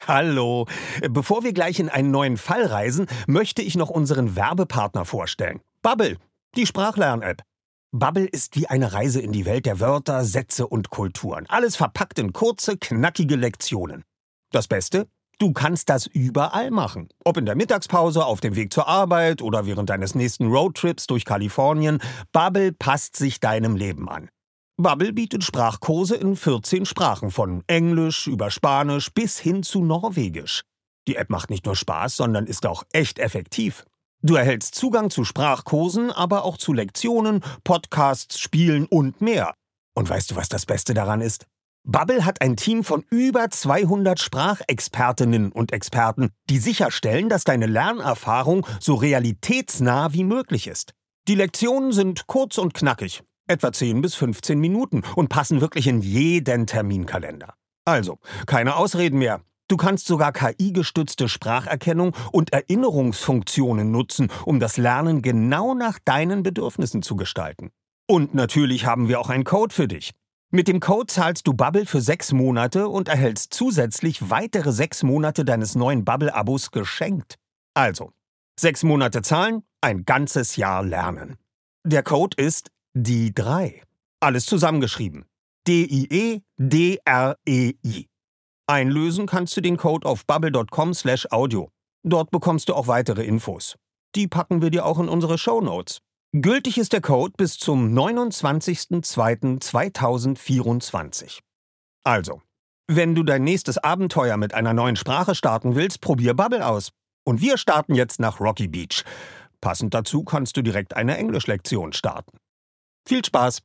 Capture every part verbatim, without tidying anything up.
Hallo. Bevor wir gleich in einen neuen Fall reisen, möchte ich noch unseren Werbepartner vorstellen. Babbel, die Sprachlern-App. Babbel ist wie eine Reise in die Welt der Wörter, Sätze und Kulturen. Alles verpackt in kurze, knackige Lektionen. Das Beste? Du kannst das überall machen. Ob in der Mittagspause, auf dem Weg zur Arbeit oder während deines nächsten Roadtrips durch Kalifornien. Babbel passt sich deinem Leben an. Babbel bietet Sprachkurse in vierzehn Sprachen, von Englisch über Spanisch bis hin zu Norwegisch. Die App macht nicht nur Spaß, sondern ist auch echt effektiv. Du erhältst Zugang zu Sprachkursen, aber auch zu Lektionen, Podcasts, Spielen und mehr. Und weißt du, was das Beste daran ist? Babbel hat ein Team von über zweihundert Sprachexpertinnen und Experten, die sicherstellen, dass deine Lernerfahrung so realitätsnah wie möglich ist. Die Lektionen sind kurz und knackig, etwa zehn bis fünfzehn Minuten und passen wirklich in jeden Terminkalender. Also, keine Ausreden mehr. Du kannst sogar K I-gestützte Spracherkennung und Erinnerungsfunktionen nutzen, um das Lernen genau nach deinen Bedürfnissen zu gestalten. Und natürlich haben wir auch einen Code für dich. Mit dem Code zahlst du Babbel für sechs Monate und erhältst zusätzlich weitere sechs Monate deines neuen Babbel-Abos geschenkt. Also, sechs Monate zahlen, ein ganzes Jahr lernen. Der Code ist die drei. Alles zusammengeschrieben. D I E D R E I. Einlösen kannst du den Code auf babbel punkt com slash audio. Dort bekommst du auch weitere Infos. Die packen wir dir auch in unsere Shownotes. Gültig ist der Code bis zum neunundzwanzigsten zweiten zweitausendvierundzwanzig. Also, wenn du dein nächstes Abenteuer mit einer neuen Sprache starten willst, probier Babbel aus. Und wir starten jetzt nach Rocky Beach. Passend dazu kannst du direkt eine Englischlektion starten. Viel Spaß!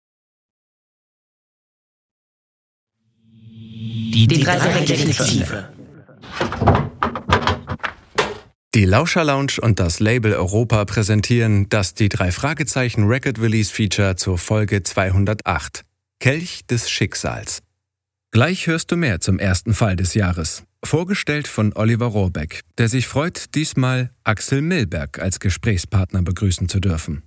Die, die drei Detektive. Die Lauscher Lounge und das Label Europa präsentieren das die drei Fragezeichen Record Release Feature zur Folge zweihundertacht. Kelch des Schicksals. Gleich hörst du mehr zum ersten Fall des Jahres. Vorgestellt von Oliver Rohrbeck, der sich freut, diesmal Axel Milberg als Gesprächspartner begrüßen zu dürfen.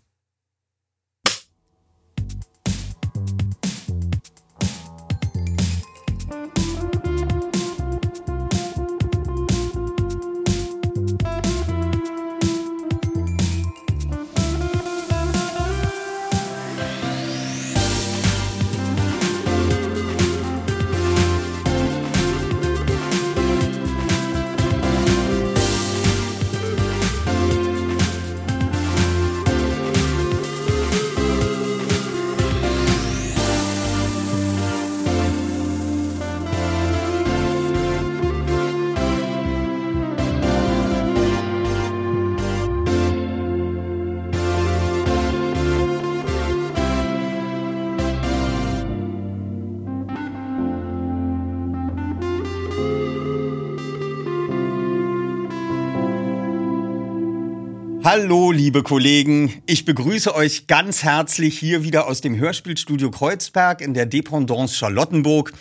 Hallo, liebe Kollegen. Ich begrüße euch ganz herzlich hier wieder aus dem Hörspielstudio Kreuzberg in der Dependance Charlottenburg.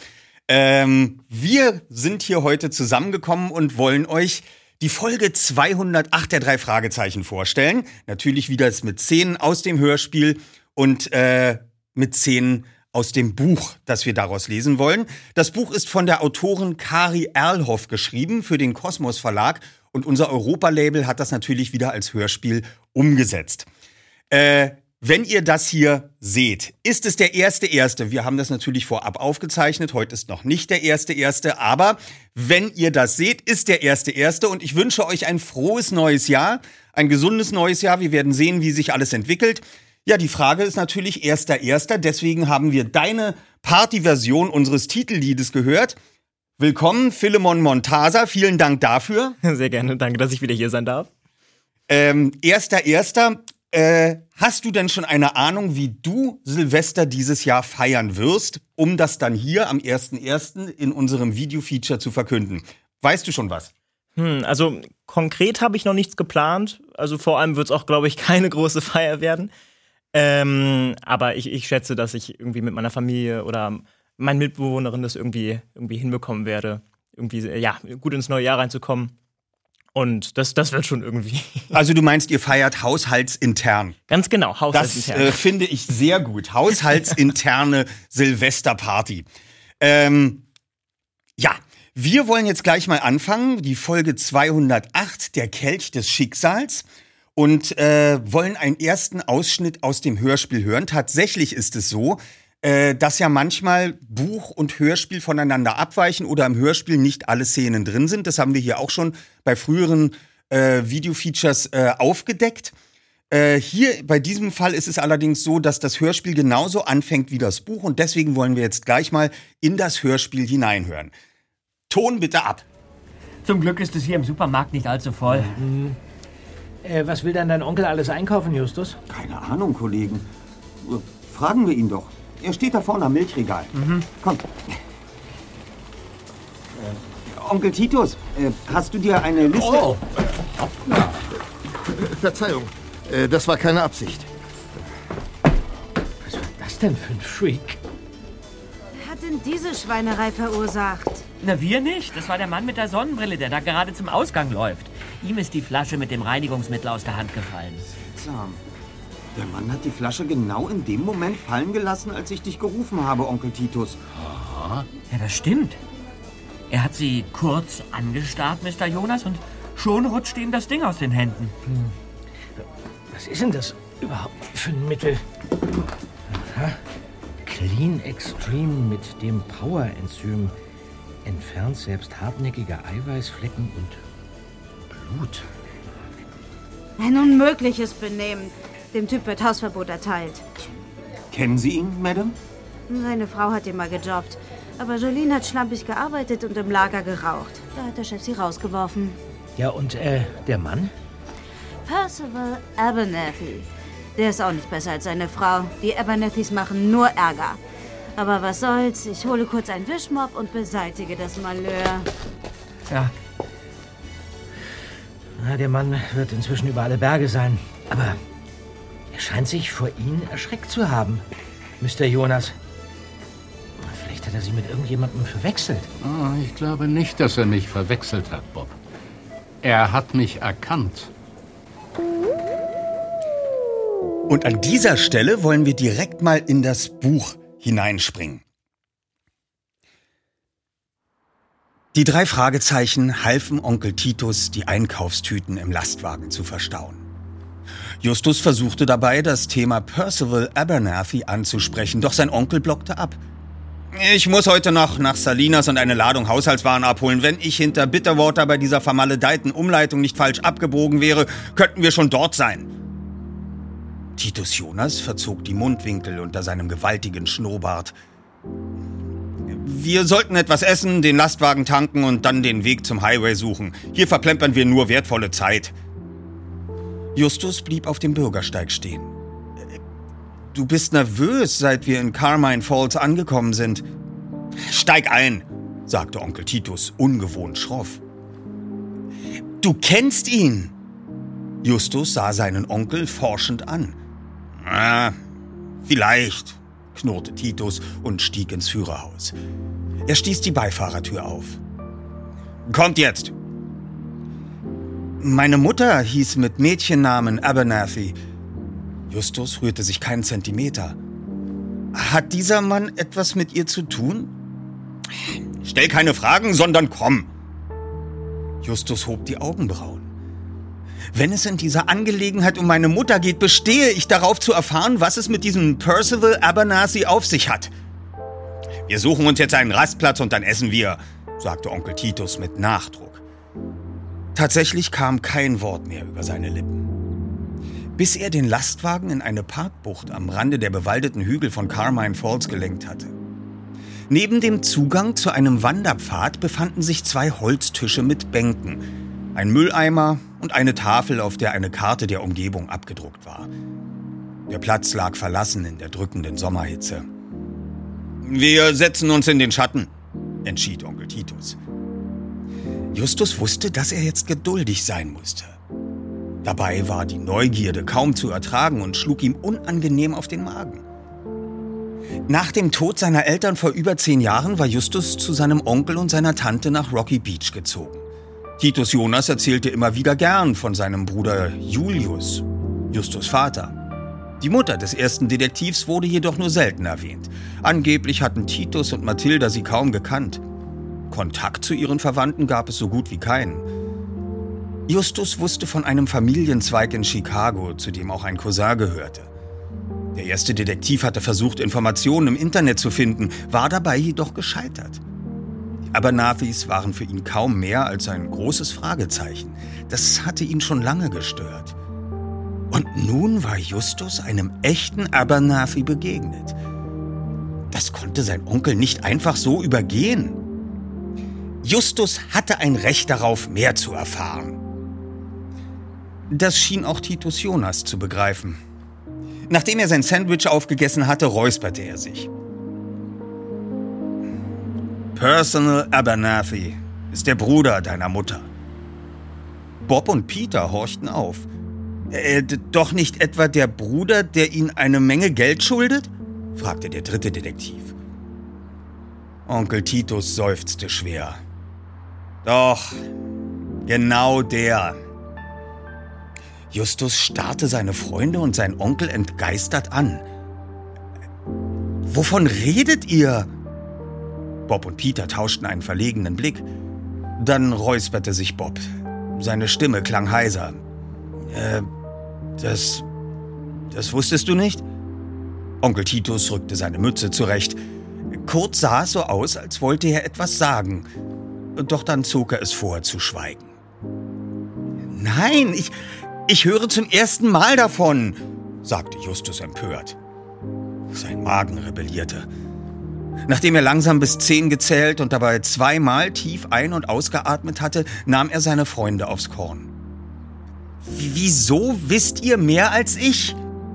Ähm, wir sind hier heute zusammengekommen und wollen euch die Folge zweihundertacht der drei Fragezeichen vorstellen. Natürlich wieder mit Szenen aus dem Hörspiel und äh, mit Szenen aus dem Buch, das wir daraus lesen wollen. Das Buch ist von der Autorin Kari Erlhoff geschrieben für den Kosmos Verlag. Und unser Europa-Label hat das natürlich wieder als Hörspiel umgesetzt. Äh, wenn ihr das hier seht, ist es der erste erste. Wir haben das natürlich vorab aufgezeichnet. Heute ist noch nicht der erste erste. Aber wenn ihr das seht, ist der erste erste. Und ich wünsche euch ein frohes neues Jahr. Ein gesundes neues Jahr. Wir werden sehen, wie sich alles entwickelt. Ja, die Frage ist natürlich erster erster. Deswegen haben wir deine Partyversion unseres Titelliedes gehört. Willkommen, Philemon Montasa. Vielen Dank dafür. Sehr gerne. Danke, dass ich wieder hier sein darf. Ähm, erster Erster, äh, hast du denn schon eine Ahnung, wie du Silvester dieses Jahr feiern wirst, um das dann hier am ersten ersten in unserem Video-Feature zu verkünden? Weißt du schon was? Hm, also konkret habe ich noch nichts geplant. Also vor allem wird es auch, glaube ich, keine große Feier werden. Ähm, aber ich, ich schätze, dass ich irgendwie mit meiner Familie oder meine Mitbewohnerin das irgendwie, irgendwie hinbekommen werde, irgendwie ja, gut ins neue Jahr reinzukommen. Und das, das wird schon irgendwie. Also du meinst, ihr feiert haushaltsintern? Ganz genau, haushaltsintern. Das äh, finde ich sehr gut. Haushaltsinterne Silvesterparty. Ähm, ja, Wir wollen jetzt gleich mal anfangen, die Folge zweihundertacht, der Kelch des Schicksals, und äh, wollen einen ersten Ausschnitt aus dem Hörspiel hören. Tatsächlich ist es so, äh, dass ja manchmal Buch und Hörspiel voneinander abweichen oder im Hörspiel nicht alle Szenen drin sind. Das haben wir hier auch schon bei früheren äh, Video-Features äh, aufgedeckt. Äh, hier bei diesem Fall ist es allerdings so, dass das Hörspiel genauso anfängt wie das Buch, und deswegen wollen wir jetzt gleich mal in das Hörspiel hineinhören. Ton bitte ab. Zum Glück ist es hier im Supermarkt nicht allzu voll. Mhm. Äh, was will denn dein Onkel alles einkaufen, Justus? Keine Ahnung, Kollegen. Fragen wir ihn doch. Er steht da vorne am Milchregal. Mhm. Komm. Äh, Onkel Titus, äh, hast du dir eine Liste... Oh! Ja. Verzeihung, äh, das war keine Absicht. Was war das denn für ein Freak? Wer hat denn diese Schweinerei verursacht? Na, wir nicht. Das war der Mann mit der Sonnenbrille, der da gerade zum Ausgang läuft. Ihm ist die Flasche mit dem Reinigungsmittel aus der Hand gefallen. Seltsam. Der Mann hat die Flasche genau in dem Moment fallen gelassen, als ich dich gerufen habe, Onkel Titus. Aha. Ja, das stimmt. Er hat sie kurz angestarrt, Mister Jonas, und schon rutscht ihm das Ding aus den Händen. Hm. Was ist denn das überhaupt für ein Mittel? Aha. Clean Extreme mit dem Power-Enzym. Entfernt selbst hartnäckige Eiweißflecken und Blut. Ein unmögliches Benehmen. Dem Typ wird Hausverbot erteilt. Kennen Sie ihn, Madame? Seine Frau hat ihn mal gejobbt. Aber Jolene hat schlampig gearbeitet und im Lager geraucht. Da hat der Chef sie rausgeworfen. Ja, und äh, der Mann? Percival Abernathy. Der ist auch nicht besser als seine Frau. Die Abernathys machen nur Ärger. Aber was soll's, ich hole kurz einen Wischmopp und beseitige das Malheur. Ja. Na, der Mann wird inzwischen über alle Berge sein. Aber er scheint sich vor Ihnen erschreckt zu haben, Mister Jonas. Vielleicht hat er Sie mit irgendjemandem verwechselt. Oh, ich glaube nicht, dass er mich verwechselt hat, Bob. Er hat mich erkannt. Und an dieser Stelle wollen wir direkt mal in das Buch hineinspringen. Die drei Fragezeichen halfen Onkel Titus, die Einkaufstüten im Lastwagen zu verstauen. Justus versuchte dabei, das Thema Percival Abernathy anzusprechen, doch sein Onkel blockte ab. Ich muss heute noch nach Salinas und eine Ladung Haushaltswaren abholen. Wenn ich hinter Bitterwater bei dieser vermaledeiten Umleitung nicht falsch abgebogen wäre, könnten wir schon dort sein. Titus Jonas verzog die Mundwinkel unter seinem gewaltigen Schnurrbart. Wir sollten etwas essen, den Lastwagen tanken und dann den Weg zum Highway suchen. Hier verplempern wir nur wertvolle Zeit. Justus blieb auf dem Bürgersteig stehen. Du bist nervös, seit wir in Carmine Falls angekommen sind. Steig ein, sagte Onkel Titus, ungewohnt schroff. Du kennst ihn. Justus sah seinen Onkel forschend an. Ah, vielleicht, knurrte Titus und stieg ins Führerhaus. Er stieß die Beifahrertür auf. Kommt jetzt! Meine Mutter hieß mit Mädchennamen Abernathy. Justus rührte sich keinen Zentimeter. Hat dieser Mann etwas mit ihr zu tun? Stell keine Fragen, sondern komm! Justus hob die Augenbrauen. Wenn es in dieser Angelegenheit um meine Mutter geht, bestehe ich darauf zu erfahren, was es mit diesem Percival Abernathy auf sich hat. Wir suchen uns jetzt einen Rastplatz und dann essen wir, sagte Onkel Titus mit Nachdruck. Tatsächlich kam kein Wort mehr über seine Lippen. Bis er den Lastwagen in eine Parkbucht am Rande der bewaldeten Hügel von Carmine Falls gelenkt hatte. Neben dem Zugang zu einem Wanderpfad befanden sich zwei Holztische mit Bänken, ein Mülleimer und eine Tafel, auf der eine Karte der Umgebung abgedruckt war. Der Platz lag verlassen in der drückenden Sommerhitze. Wir setzen uns in den Schatten, entschied Onkel Titus. Justus wusste, dass er jetzt geduldig sein musste. Dabei war die Neugierde kaum zu ertragen und schlug ihm unangenehm auf den Magen. Nach dem Tod seiner Eltern vor über zehn Jahren war Justus zu seinem Onkel und seiner Tante nach Rocky Beach gezogen. Titus Jonas erzählte immer wieder gern von seinem Bruder Julius, Justus' Vater. Die Mutter des ersten Detektivs wurde jedoch nur selten erwähnt. Angeblich hatten Titus und Mathilda sie kaum gekannt. Kontakt zu ihren Verwandten gab es so gut wie keinen. Justus wusste von einem Familienzweig in Chicago, zu dem auch ein Cousin gehörte. Der erste Detektiv hatte versucht, Informationen im Internet zu finden, war dabei jedoch gescheitert. Die Abernathys waren für ihn kaum mehr als ein großes Fragezeichen. Das hatte ihn schon lange gestört. Und nun war Justus einem echten Abernathy begegnet. Das konnte sein Onkel nicht einfach so übergehen. Justus hatte ein Recht darauf, mehr zu erfahren. Das schien auch Titus Jonas zu begreifen. Nachdem er sein Sandwich aufgegessen hatte, räusperte er sich. Personal Abernathy ist der Bruder deiner Mutter. Bob und Peter horchten auf. Äh, doch nicht etwa der Bruder, der ihnen eine Menge Geld schuldet? Fragte der dritte Detektiv. Onkel Titus seufzte schwer. Doch, genau der. Justus starrte seine Freunde und seinen Onkel entgeistert an. Wovon redet ihr? Bob und Peter tauschten einen verlegenen Blick. Dann räusperte sich Bob. Seine Stimme klang heiser. Äh, das... das wusstest du nicht? Onkel Titus rückte seine Mütze zurecht. Kurz sah es so aus, als wollte er etwas sagen. Doch dann zog er es vor, zu schweigen. Nein, ich... Ich höre zum ersten Mal davon, sagte Justus empört. Sein Magen rebellierte. Nachdem er langsam bis zehn gezählt und dabei zweimal tief ein- und ausgeatmet hatte, nahm er seine Freunde aufs Korn. Wieso wisst ihr mehr als ich?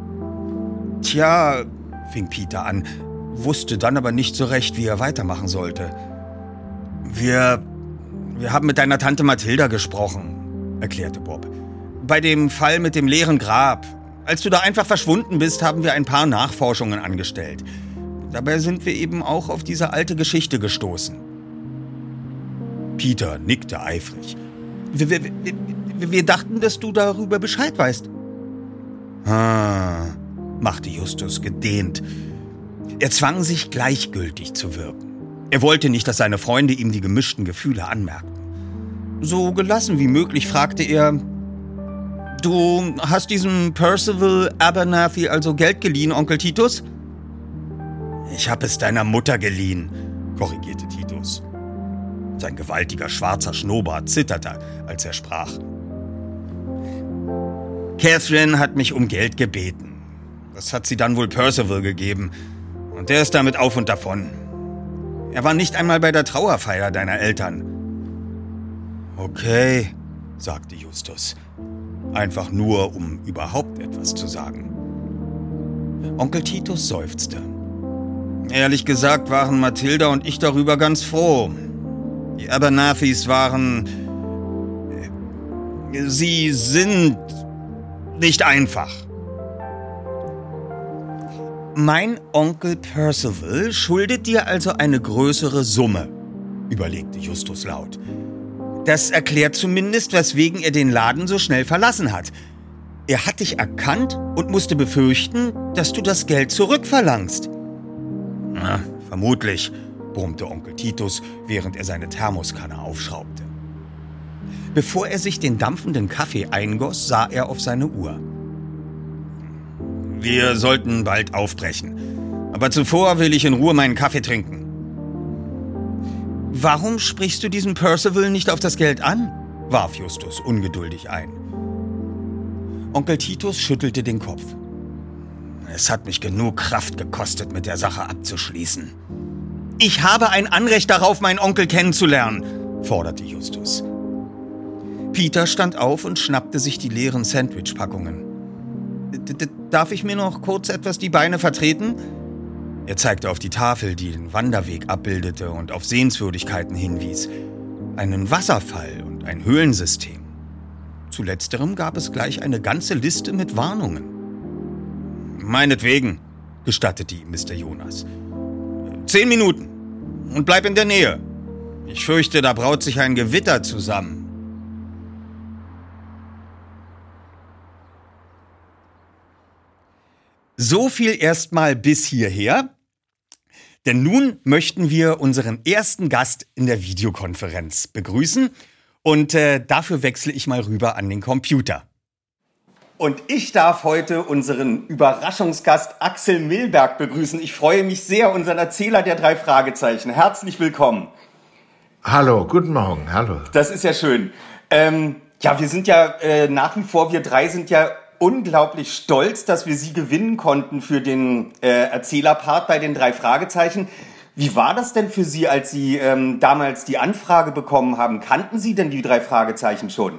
Tja, fing Peter an, wusste dann aber nicht so recht, wie er weitermachen sollte. Wir, wir haben mit deiner Tante Mathilda gesprochen, erklärte Bob. Bei dem Fall mit dem leeren Grab. Als du da einfach verschwunden bist, haben wir ein paar Nachforschungen angestellt. Dabei sind wir eben auch auf diese alte Geschichte gestoßen. Peter nickte eifrig. Wir, wir, wir, wir dachten, dass du darüber Bescheid weißt. Ah, machte Justus gedehnt. Er zwang sich, gleichgültig zu wirken. Er wollte nicht, dass seine Freunde ihm die gemischten Gefühle anmerkten. So gelassen wie möglich fragte er: Du hast diesem Percival Abernathy also Geld geliehen, Onkel Titus? Ich habe es deiner Mutter geliehen, korrigierte Titus. Sein gewaltiger schwarzer Schnurrbart zitterte, als er sprach. Catherine hat mich um Geld gebeten. Das hat sie dann wohl Percival gegeben. Und der ist damit auf und davon. Er war nicht einmal bei der Trauerfeier deiner Eltern. Okay, sagte Justus. Einfach nur, um überhaupt etwas zu sagen. Onkel Titus seufzte. Ehrlich gesagt waren Mathilda und ich darüber ganz froh. Die Abernathys waren... Sie sind nicht einfach. Mein Onkel Percival schuldet dir also eine größere Summe, überlegte Justus laut. Das erklärt zumindest, weswegen er den Laden so schnell verlassen hat. Er hat dich erkannt und musste befürchten, dass du das Geld zurückverlangst. Na, vermutlich, brummte Onkel Titus, während er seine Thermoskanne aufschraubte. Bevor er sich den dampfenden Kaffee eingoss, sah er auf seine Uhr. Wir sollten bald aufbrechen. Aber zuvor will ich in Ruhe meinen Kaffee trinken. Warum sprichst du diesen Percival nicht auf das Geld an? Warf Justus ungeduldig ein. Onkel Titus schüttelte den Kopf. Es hat mich genug Kraft gekostet, mit der Sache abzuschließen. Ich habe ein Anrecht darauf, meinen Onkel kennenzulernen, forderte Justus. Peter stand auf und schnappte sich die leeren Sandwich-Packungen. Darf ich mir noch kurz etwas die Beine vertreten? Er zeigte auf die Tafel, die den Wanderweg abbildete und auf Sehenswürdigkeiten hinwies. Einen Wasserfall und ein Höhlensystem. Zu letzterem gab es gleich eine ganze Liste mit Warnungen. Meinetwegen, gestattete ihm Mister Jonas. Zehn Minuten und bleib in der Nähe. Ich fürchte, da braut sich ein Gewitter zusammen. So viel erstmal bis hierher. Denn nun möchten wir unseren ersten Gast in der Videokonferenz begrüßen. Und äh, dafür wechsle ich mal rüber an den Computer. Und ich darf heute unseren Überraschungsgast Axel Milberg begrüßen. Ich freue mich sehr, unseren Erzähler der drei Fragezeichen. Herzlich willkommen. Hallo, guten Morgen, hallo. Das ist ja schön. Ähm, ja, wir sind ja äh, nach wie vor, wir drei sind ja unglaublich stolz, dass wir Sie gewinnen konnten für den äh, Erzählerpart bei den drei Fragezeichen. Wie war das denn für Sie, als Sie ähm, damals die Anfrage bekommen haben? Kannten Sie denn die drei Fragezeichen schon?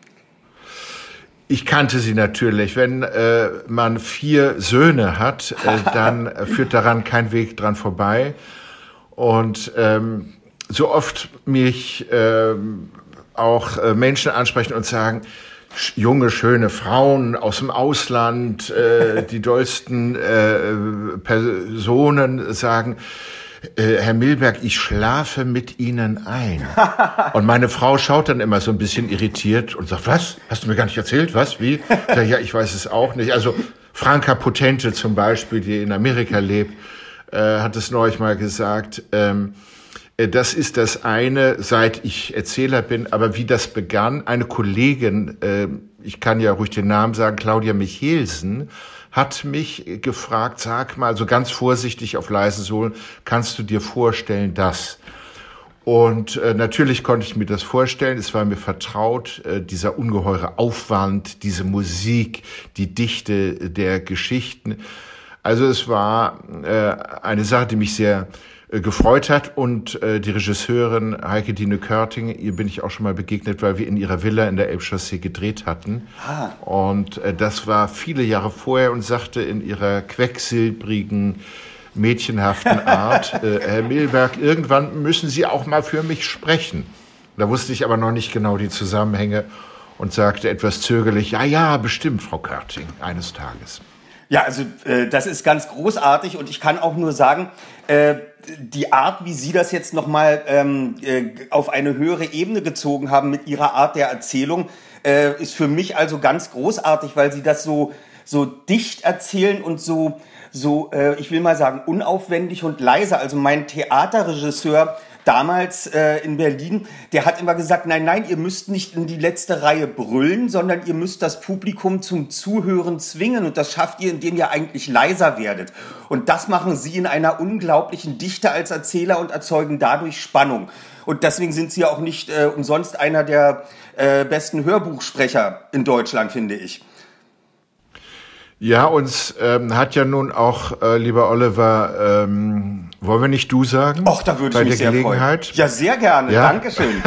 Ich kannte sie natürlich. Wenn äh, man vier Söhne hat, äh, dann führt daran kein Weg dran vorbei. Und ähm, so oft mich ähm, auch äh, Menschen ansprechen und sagen, junge, schöne Frauen aus dem Ausland, äh, die dollsten äh, Personen sagen, äh, Herr Milberg, ich schlafe mit Ihnen ein. Und meine Frau schaut dann immer so ein bisschen irritiert und sagt, was? Hast du mir gar nicht erzählt? Was? Wie? Ich sag, ja, ich weiß es auch nicht. Also Franka Potente zum Beispiel, die in Amerika lebt, äh, hat es neulich mal gesagt, ähm, das ist das eine, seit ich Erzähler bin, aber wie das begann, eine Kollegin, äh, ich kann ja ruhig den Namen sagen, Claudia Michelsen, hat mich gefragt, sag mal, so ganz vorsichtig auf leisen Sohlen, kannst du dir vorstellen, dass? Und äh, natürlich konnte ich mir das vorstellen, es war mir vertraut, äh, dieser ungeheure Aufwand, diese Musik, die Dichte der Geschichten. Also es war äh, eine Sache, die mich sehr gefreut hat, und äh, die Regisseurin Heike Dine Körting, ihr bin ich auch schon mal begegnet, weil wir in ihrer Villa in der Elbchaussee gedreht hatten. Ah. Und äh, das war viele Jahre vorher, und sagte in ihrer quecksilbrigen, mädchenhaften Art, äh, Herr Milberg, irgendwann müssen Sie auch mal für mich sprechen. Da wusste ich aber noch nicht genau die Zusammenhänge und sagte etwas zögerlich, ja, ja, bestimmt, Frau Körting, eines Tages. Ja, also äh, das ist ganz großartig, und ich kann auch nur sagen, äh, die Art, wie Sie das jetzt nochmal ähm, äh, auf eine höhere Ebene gezogen haben mit Ihrer Art der Erzählung, äh, ist für mich also ganz großartig, weil Sie das so so dicht erzählen und so so äh, ich will mal sagen unaufwendig und leise. Also mein Theaterregisseur damals äh, in Berlin, der hat immer gesagt, nein, nein, ihr müsst nicht in die letzte Reihe brüllen, sondern ihr müsst das Publikum zum Zuhören zwingen, und das schafft ihr, indem ihr eigentlich leiser werdet. Und das machen Sie in einer unglaublichen Dichte als Erzähler und erzeugen dadurch Spannung. Und deswegen sind Sie auch nicht äh, umsonst einer der äh, besten Hörbuchsprecher in Deutschland, finde ich. Ja, uns ähm, hat ja nun auch, äh, lieber Oliver, ähm, wollen wir nicht du sagen? Och, da würde ich mich sehr freuen. Ja, sehr gerne. Ja? Dankeschön.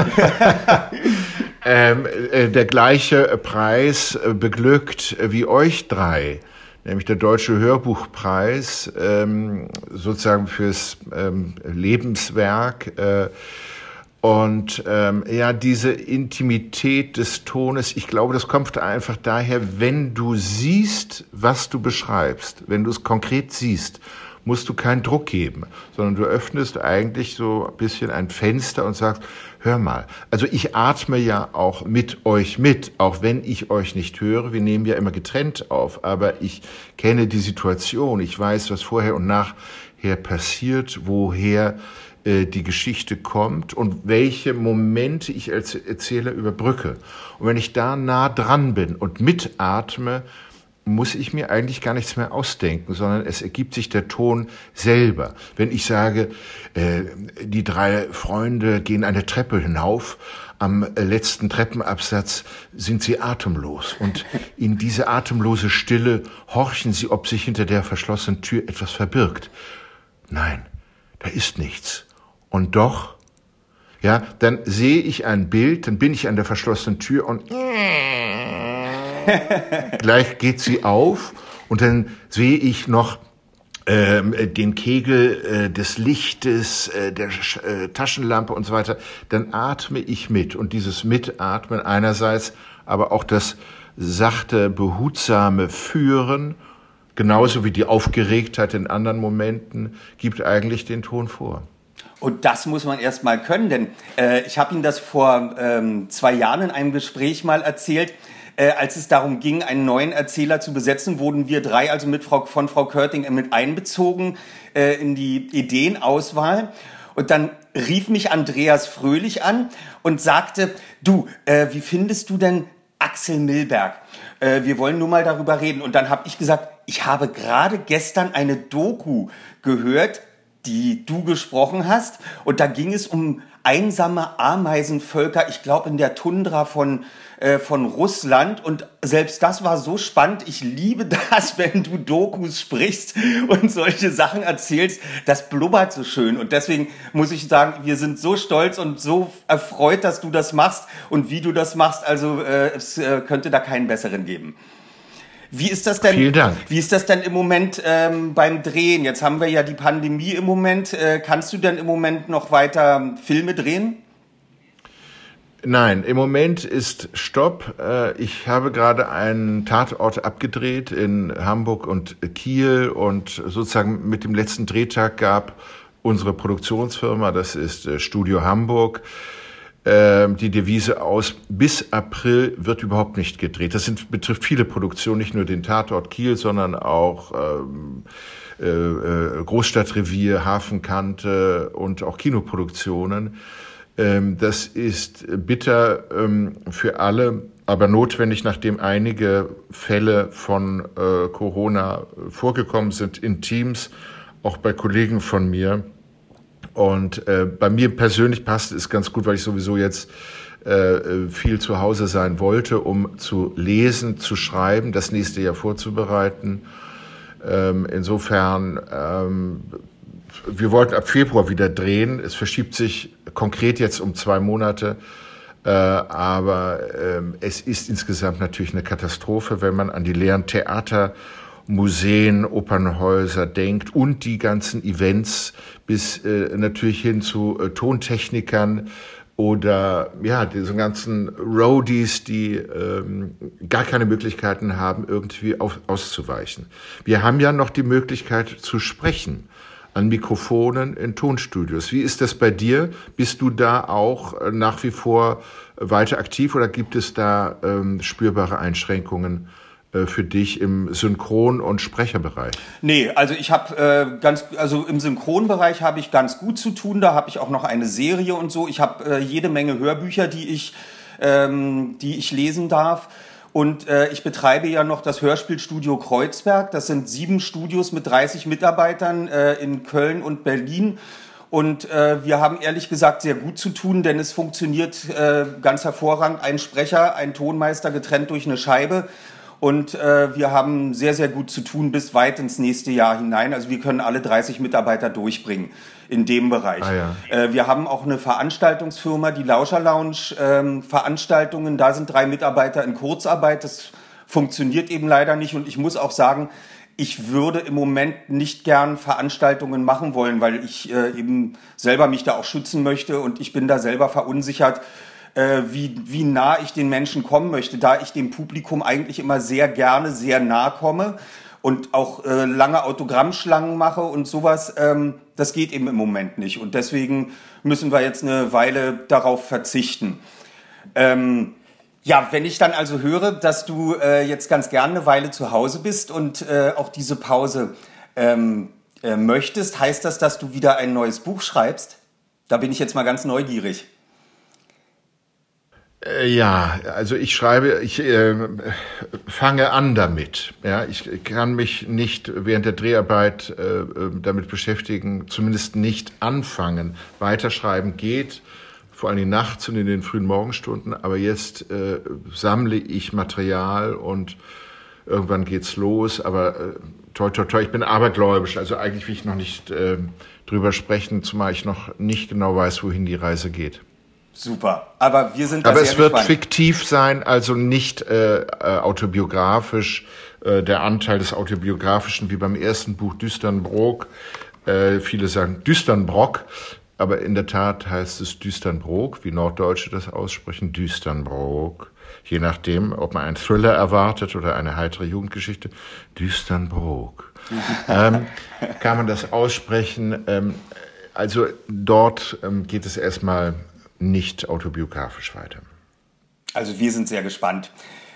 ähm, äh, der gleiche Preis äh, beglückt äh, wie euch drei, nämlich der Deutsche Hörbuchpreis, ähm, sozusagen fürs ähm, Lebenswerk. Äh, Und ähm, ja, diese Intimität des Tones, ich glaube, das kommt einfach daher, wenn du siehst, was du beschreibst, wenn du es konkret siehst, musst du keinen Druck geben, sondern du öffnest eigentlich so ein bisschen ein Fenster und sagst, hör mal, also ich atme ja auch mit euch mit, auch wenn ich euch nicht höre, wir nehmen ja immer getrennt auf, aber ich kenne die Situation, ich weiß, was vorher und nachher passiert, woher die Geschichte kommt und welche Momente ich als Erzähler überbrücke. Und wenn ich da nah dran bin und mitatme, muss ich mir eigentlich gar nichts mehr ausdenken, sondern es ergibt sich der Ton selber. Wenn ich sage, äh, die drei Freunde gehen eine Treppe hinauf, am letzten Treppenabsatz sind sie atemlos. Und in diese atemlose Stille horchen sie, ob sich hinter der verschlossenen Tür etwas verbirgt. Nein, da ist nichts. Und doch, ja, dann sehe ich ein Bild, dann bin ich an der verschlossenen Tür und gleich geht sie auf, und dann sehe ich noch ähm, den Kegel äh, des Lichtes, äh, der äh, Taschenlampe und so weiter. Dann atme ich mit, und dieses Mitatmen einerseits, aber auch das sachte, behutsame Führen, genauso wie die Aufgeregtheit in anderen Momenten, gibt eigentlich den Ton vor. Und das muss man erst mal können, denn äh, ich habe Ihnen das vor ähm, zwei Jahren in einem Gespräch mal erzählt. Äh, als es darum ging, einen neuen Erzähler zu besetzen, wurden wir drei, also mit Frau, von Frau Körting mit einbezogen äh, in die Ideenauswahl. Und dann rief mich Andreas Fröhlich an und sagte, du, äh, wie findest du denn Axel Milberg? Äh, wir wollen nur mal darüber reden. Und dann habe ich gesagt, ich habe gerade gestern eine Doku gehört, die du gesprochen hast. Und da ging es um einsame Ameisenvölker, ich glaube in der Tundra von, äh, von Russland. Und selbst das war so spannend. Ich liebe das, wenn du Dokus sprichst und solche Sachen erzählst. Das blubbert so schön. Und deswegen muss ich sagen, wir sind so stolz und so erfreut, dass du das machst und wie du das machst. Also äh, es äh, könnte da keinen besseren geben. Wie ist das denn? Vielen Dank. Wie ist das denn im Moment ähm, beim Drehen? Jetzt haben wir ja die Pandemie im Moment. Äh, kannst du denn im Moment noch weiter Filme drehen? Nein, im Moment ist Stopp. Äh, ich habe gerade einen Tatort abgedreht in Hamburg und Kiel und sozusagen mit dem letzten Drehtag gab unsere Produktionsfirma, das ist äh, Studio Hamburg, die Devise aus, bis April wird überhaupt nicht gedreht. Das sind, betrifft viele Produktionen, nicht nur den Tatort Kiel, sondern auch ähm, äh, Großstadtrevier, Hafenkante und auch Kinoproduktionen. Ähm, das ist bitter ähm, für alle, aber notwendig, nachdem einige Fälle von äh, Corona vorgekommen sind in Teams, auch bei Kollegen von mir. Und äh, bei mir persönlich passt es ganz gut, weil ich sowieso jetzt äh, viel zu Hause sein wollte, um zu lesen, zu schreiben, das nächste Jahr vorzubereiten. Ähm, insofern, ähm, wir wollten ab Februar wieder drehen. Es verschiebt sich konkret jetzt um zwei Monate. Äh, aber äh, es ist insgesamt natürlich eine Katastrophe, wenn man an die leeren Theater, Museen, Opernhäuser denkt und die ganzen Events bis äh, natürlich hin zu äh, Tontechnikern oder ja, diese ganzen Roadies, die ähm, gar keine Möglichkeiten haben, irgendwie auf, auszuweichen. Wir haben ja noch die Möglichkeit zu sprechen an Mikrofonen in Tonstudios. Wie ist das bei dir? Bist du da auch äh, nach wie vor weiter aktiv oder gibt es da ähm, spürbare Einschränkungen für dich im Synchron- und Sprecherbereich? Nee, also ich habe äh, ganz, also im Synchronbereich habe ich ganz gut zu tun. Da habe ich auch noch eine Serie und so. Ich habe äh, jede Menge Hörbücher, die ich, ähm, die ich lesen darf. Und äh, ich betreibe ja noch das Hörspielstudio Kreuzberg. Das sind sieben Studios mit dreißig Mitarbeitern äh, in Köln und Berlin. Und äh, wir haben ehrlich gesagt sehr gut zu tun, denn es funktioniert äh, ganz hervorragend. Ein Sprecher, ein Tonmeister getrennt durch eine Scheibe. Und äh, wir haben sehr, sehr gut zu tun bis weit ins nächste Jahr hinein. Also wir können alle dreißig Mitarbeiter durchbringen in dem Bereich. Ah, ja. äh, wir haben auch eine Veranstaltungsfirma, die Lauscher Lounge ähm, Veranstaltungen. Da sind drei Mitarbeiter in Kurzarbeit. Das funktioniert eben leider nicht. Und ich muss auch sagen, ich würde im Moment nicht gern Veranstaltungen machen wollen, weil ich äh, eben selber mich da auch schützen möchte. Und ich bin da selber verunsichert, Wie, wie nah ich den Menschen kommen möchte, da ich dem Publikum eigentlich immer sehr gerne sehr nah komme und auch äh, lange Autogrammschlangen mache und sowas, ähm, das geht eben im Moment nicht. Und deswegen müssen wir jetzt eine Weile darauf verzichten. Ähm, ja, wenn ich dann also höre, dass du äh, jetzt ganz gerne eine Weile zu Hause bist und äh, auch diese Pause ähm, äh, möchtest, heißt das, dass du wieder ein neues Buch schreibst? Da bin ich jetzt mal ganz neugierig. Ja, also ich schreibe, ich äh, fange an damit. Ja, ich kann mich nicht während der Dreharbeit äh, damit beschäftigen, zumindest nicht anfangen. Weiterschreiben geht, vor allem nachts und in den frühen Morgenstunden. Aber jetzt äh, sammle ich Material und irgendwann geht's los. Aber äh, toi, toi, toi, ich bin abergläubisch. Also eigentlich will ich noch nicht äh, drüber sprechen, zumal ich noch nicht genau weiß, wohin die Reise geht. Super, aber wir sind da Aber sehr es wird gespannt. Fiktiv sein, also nicht äh, autobiografisch. Äh, der Anteil des Autobiografischen, wie beim ersten Buch Düsternbrook. Äh, viele sagen Düsternbrock, aber in der Tat heißt es Düsternbrook, wie Norddeutsche das aussprechen, Düsternbrook. Je nachdem, ob man einen Thriller erwartet oder eine heitere Jugendgeschichte. Düsternbrook. ähm, kann man das aussprechen. Ähm, also dort ähm, geht es erstmal nicht autobiografisch weiter. Also wir sind sehr gespannt.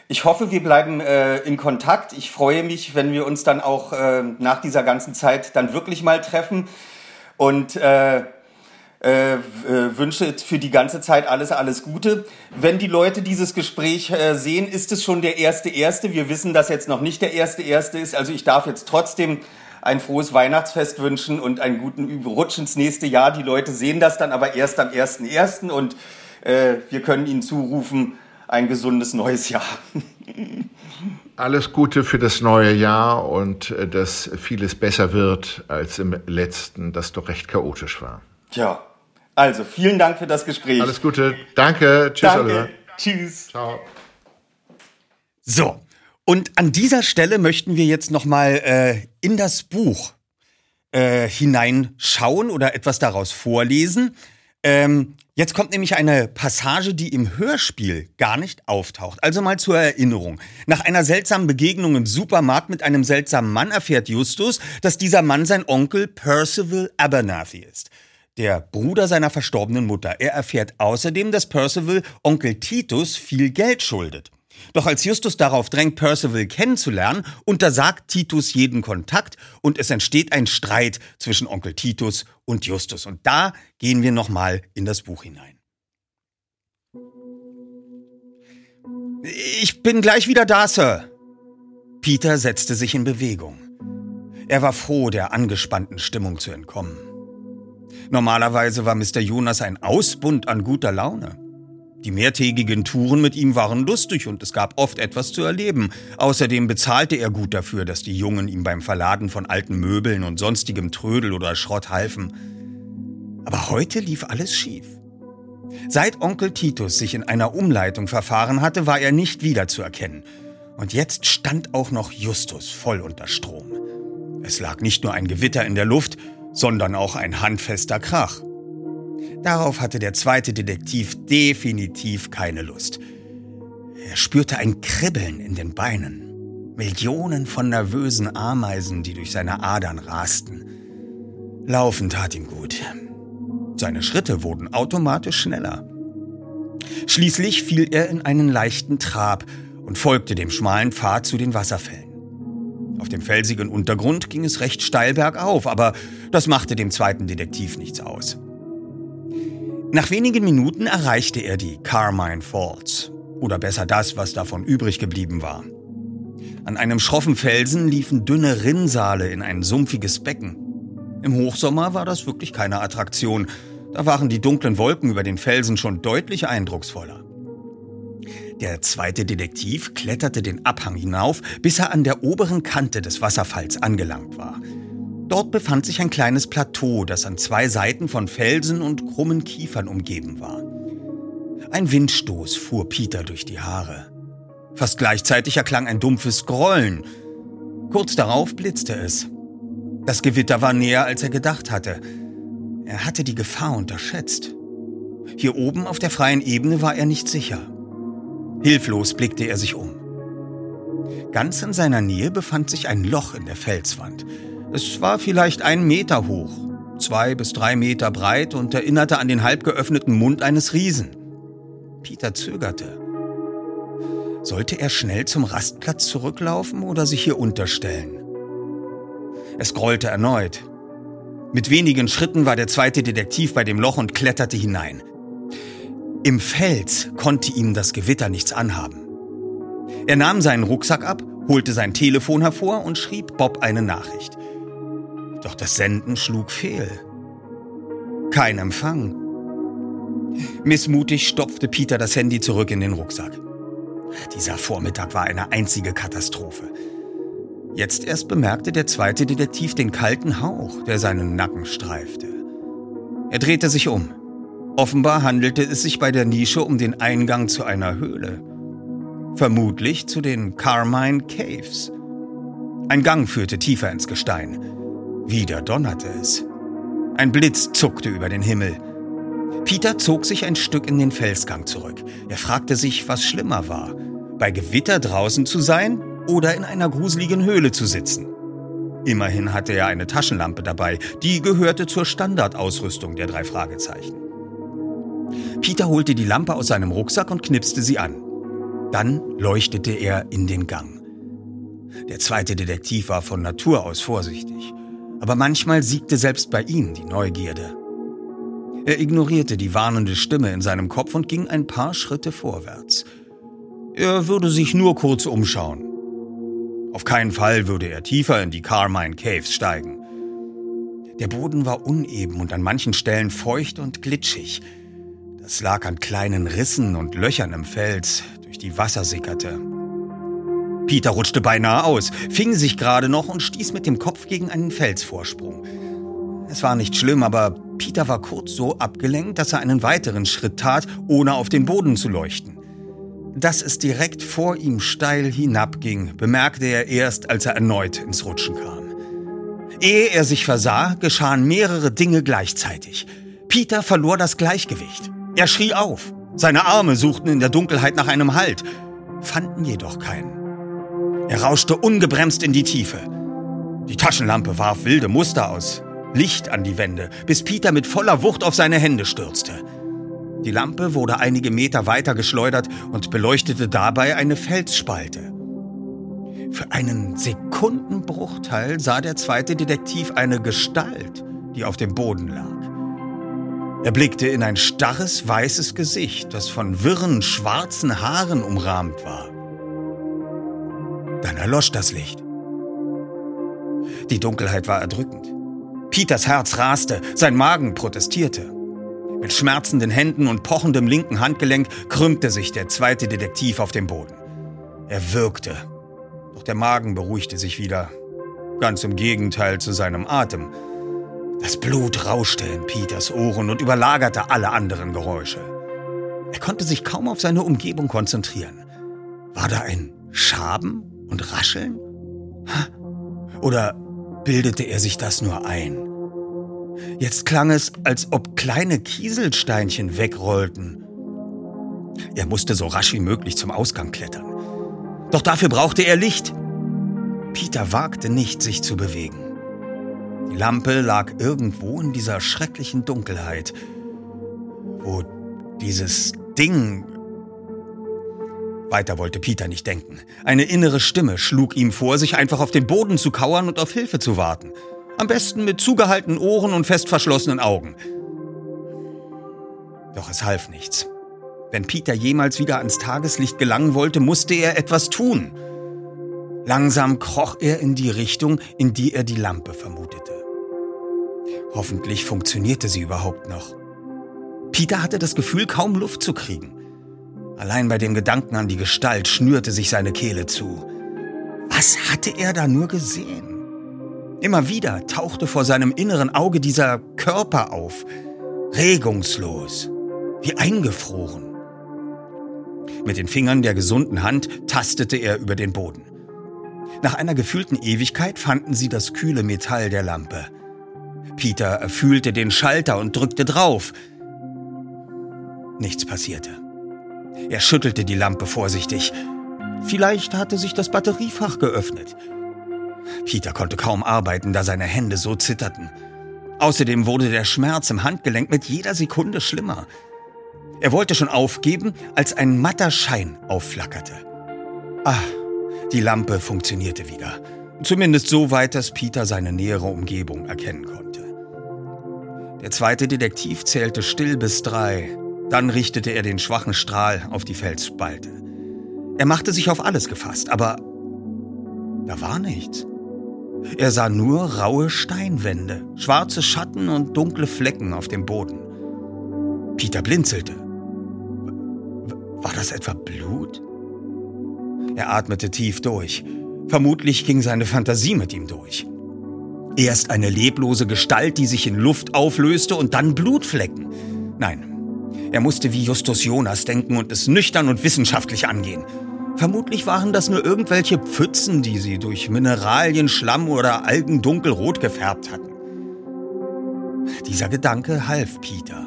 Ich hoffe, wir bleiben äh, in Kontakt. Ich freue mich, wenn wir uns dann auch äh, nach dieser ganzen Zeit dann wirklich mal treffen. Und äh, äh, äh, wünsche für die ganze Zeit alles, alles Gute. Wenn die Leute dieses Gespräch äh, sehen, ist es schon der erste Erste. Wir wissen, dass jetzt noch nicht der erste Erste ist. Also ich darf jetzt trotzdem ein frohes Weihnachtsfest wünschen und einen guten Rutsch ins nächste Jahr. Die Leute sehen das dann aber erst am ersten Ersten und äh, wir können ihnen zurufen, ein gesundes neues Jahr. Alles Gute für das neue Jahr und äh, dass vieles besser wird als im letzten, das doch recht chaotisch war. Tja, also vielen Dank für das Gespräch. Alles Gute. Danke. Tschüss, Danke. Oliver. Tschüss. Ciao. So, und an dieser Stelle möchten wir jetzt nochmal äh, in das Buch äh, hineinschauen oder etwas daraus vorlesen. Ähm, jetzt kommt nämlich eine Passage, die im Hörspiel gar nicht auftaucht. Also mal zur Erinnerung. Nach einer seltsamen Begegnung im Supermarkt mit einem seltsamen Mann erfährt Justus, dass dieser Mann sein Onkel Percival Abernathy ist. Der Bruder seiner verstorbenen Mutter. Er erfährt außerdem, dass Percival Onkel Titus viel Geld schuldet. Doch als Justus darauf drängt, Percival kennenzulernen, untersagt Titus jeden Kontakt und es entsteht ein Streit zwischen Onkel Titus und Justus. Und da gehen wir nochmal in das Buch hinein. Ich bin gleich wieder da, Sir. Peter setzte sich in Bewegung. Er war froh, der angespannten Stimmung zu entkommen. Normalerweise war Mister Jonas ein Ausbund an guter Laune. Die mehrtägigen Touren mit ihm waren lustig und es gab oft etwas zu erleben. Außerdem bezahlte er gut dafür, dass die Jungen ihm beim Verladen von alten Möbeln und sonstigem Trödel oder Schrott halfen. Aber heute lief alles schief. Seit Onkel Titus sich in einer Umleitung verfahren hatte, war er nicht wiederzuerkennen. Und jetzt stand auch noch Justus voll unter Strom. Es lag nicht nur ein Gewitter in der Luft, sondern auch ein handfester Krach. Darauf hatte der zweite Detektiv definitiv keine Lust. Er spürte ein Kribbeln in den Beinen. Millionen von nervösen Ameisen, die durch seine Adern rasten. Laufen tat ihm gut. Seine Schritte wurden automatisch schneller. Schließlich fiel er in einen leichten Trab und folgte dem schmalen Pfad zu den Wasserfällen. Auf dem felsigen Untergrund ging es recht steil bergauf, aber das machte dem zweiten Detektiv nichts aus. Nach wenigen Minuten erreichte er die Carmine Falls, oder besser das, was davon übrig geblieben war. An einem schroffen Felsen liefen dünne Rinnsale in ein sumpfiges Becken. Im Hochsommer war das wirklich keine Attraktion, da waren die dunklen Wolken über den Felsen schon deutlich eindrucksvoller. Der zweite Detektiv kletterte den Abhang hinauf, bis er an der oberen Kante des Wasserfalls angelangt war. Dort befand sich ein kleines Plateau, das an zwei Seiten von Felsen und krummen Kiefern umgeben war. Ein Windstoß fuhr Peter durch die Haare. Fast gleichzeitig erklang ein dumpfes Grollen. Kurz darauf blitzte es. Das Gewitter war näher, als er gedacht hatte. Er hatte die Gefahr unterschätzt. Hier oben auf der freien Ebene war er nicht sicher. Hilflos blickte er sich um. Ganz in seiner Nähe befand sich ein Loch in der Felswand. Es war vielleicht einen Meter hoch, zwei bis drei Meter breit und erinnerte an den halb geöffneten Mund eines Riesen. Peter zögerte. Sollte er schnell zum Rastplatz zurücklaufen oder sich hier unterstellen? Es grollte erneut. Mit wenigen Schritten war der zweite Detektiv bei dem Loch und kletterte hinein. Im Fels konnte ihm das Gewitter nichts anhaben. Er nahm seinen Rucksack ab, holte sein Telefon hervor und schrieb Bob eine Nachricht. Doch das Senden schlug fehl. Kein Empfang. Missmutig stopfte Peter das Handy zurück in den Rucksack. Dieser Vormittag war eine einzige Katastrophe. Jetzt erst bemerkte der zweite Detektiv den kalten Hauch, der seinen Nacken streifte. Er drehte sich um. Offenbar handelte es sich bei der Nische um den Eingang zu einer Höhle. Vermutlich zu den Carmine Caves. Ein Gang führte tiefer ins Gestein. Wieder donnerte es. Ein Blitz zuckte über den Himmel. Peter zog sich ein Stück in den Felsgang zurück. Er fragte sich, was schlimmer war, bei Gewitter draußen zu sein oder in einer gruseligen Höhle zu sitzen. Immerhin hatte er eine Taschenlampe dabei, die gehörte zur Standardausrüstung der drei Fragezeichen. Peter holte die Lampe aus seinem Rucksack und knipste sie an. Dann leuchtete er in den Gang. Der zweite Detektiv war von Natur aus vorsichtig, aber manchmal siegte selbst bei ihm die Neugierde. Er ignorierte die warnende Stimme in seinem Kopf und ging ein paar Schritte vorwärts. Er würde sich nur kurz umschauen. Auf keinen Fall würde er tiefer in die Carmine Caves steigen. Der Boden war uneben und an manchen Stellen feucht und glitschig. Das lag an kleinen Rissen und Löchern im Fels, durch die Wasser sickerte. Peter rutschte beinahe aus, fing sich gerade noch und stieß mit dem Kopf gegen einen Felsvorsprung. Es war nicht schlimm, aber Peter war kurz so abgelenkt, dass er einen weiteren Schritt tat, ohne auf den Boden zu leuchten. Dass es direkt vor ihm steil hinabging, bemerkte er erst, als er erneut ins Rutschen kam. Ehe er sich versah, geschahen mehrere Dinge gleichzeitig. Peter verlor das Gleichgewicht. Er schrie auf. Seine Arme suchten in der Dunkelheit nach einem Halt, fanden jedoch keinen. Er rauschte ungebremst in die Tiefe. Die Taschenlampe warf wilde Muster aus, Licht an die Wände, bis Peter mit voller Wucht auf seine Hände stürzte. Die Lampe wurde einige Meter weiter geschleudert und beleuchtete dabei eine Felsspalte. Für einen Sekundenbruchteil sah der zweite Detektiv eine Gestalt, die auf dem Boden lag. Er blickte in ein starres, weißes Gesicht, das von wirren, schwarzen Haaren umrahmt war. Dann erlosch das Licht. Die Dunkelheit war erdrückend. Peters Herz raste, sein Magen protestierte. Mit schmerzenden Händen und pochendem linken Handgelenk krümmte sich der zweite Detektiv auf dem Boden. Er würgte, doch der Magen beruhigte sich wieder. Ganz im Gegenteil zu seinem Atem. Das Blut rauschte in Peters Ohren und überlagerte alle anderen Geräusche. Er konnte sich kaum auf seine Umgebung konzentrieren. War da ein Schaben und Rascheln? Oder bildete er sich das nur ein? Jetzt klang es, als ob kleine Kieselsteinchen wegrollten. Er musste so rasch wie möglich zum Ausgang klettern. Doch dafür brauchte er Licht. Peter wagte nicht, sich zu bewegen. Die Lampe lag irgendwo in dieser schrecklichen Dunkelheit, wo dieses Ding... Weiter wollte Peter nicht denken. Eine innere Stimme schlug ihm vor, sich einfach auf den Boden zu kauern und auf Hilfe zu warten. Am besten mit zugehaltenen Ohren und fest verschlossenen Augen. Doch es half nichts. Wenn Peter jemals wieder ans Tageslicht gelangen wollte, musste er etwas tun. Langsam kroch er in die Richtung, in die er die Lampe vermutete. Hoffentlich funktionierte sie überhaupt noch. Peter hatte das Gefühl, kaum Luft zu kriegen. Allein bei dem Gedanken an die Gestalt schnürte sich seine Kehle zu. Was hatte er da nur gesehen? Immer wieder tauchte vor seinem inneren Auge dieser Körper auf, regungslos, wie eingefroren. Mit den Fingern der gesunden Hand tastete er über den Boden. Nach einer gefühlten Ewigkeit fanden sie das kühle Metall der Lampe. Peter erfühlte den Schalter und drückte drauf. Nichts passierte. Er schüttelte die Lampe vorsichtig. Vielleicht hatte sich das Batteriefach geöffnet. Peter konnte kaum arbeiten, da seine Hände so zitterten. Außerdem wurde der Schmerz im Handgelenk mit jeder Sekunde schlimmer. Er wollte schon aufgeben, als ein matter Schein aufflackerte. Ah, die Lampe funktionierte wieder. Zumindest so weit, dass Peter seine nähere Umgebung erkennen konnte. Der zweite Detektiv zählte still bis drei. Dann richtete er den schwachen Strahl auf die Felsspalte. Er machte sich auf alles gefasst, aber da war nichts. Er sah nur raue Steinwände, schwarze Schatten und dunkle Flecken auf dem Boden. Peter blinzelte. War das etwa Blut? Er atmete tief durch. Vermutlich ging seine Fantasie mit ihm durch. Erst eine leblose Gestalt, die sich in Luft auflöste, und dann Blutflecken. Nein, er musste wie Justus Jonas denken und es nüchtern und wissenschaftlich angehen. Vermutlich waren das nur irgendwelche Pfützen, die sie durch Mineralien, Schlamm oder Algen dunkelrot gefärbt hatten. Dieser Gedanke half Peter.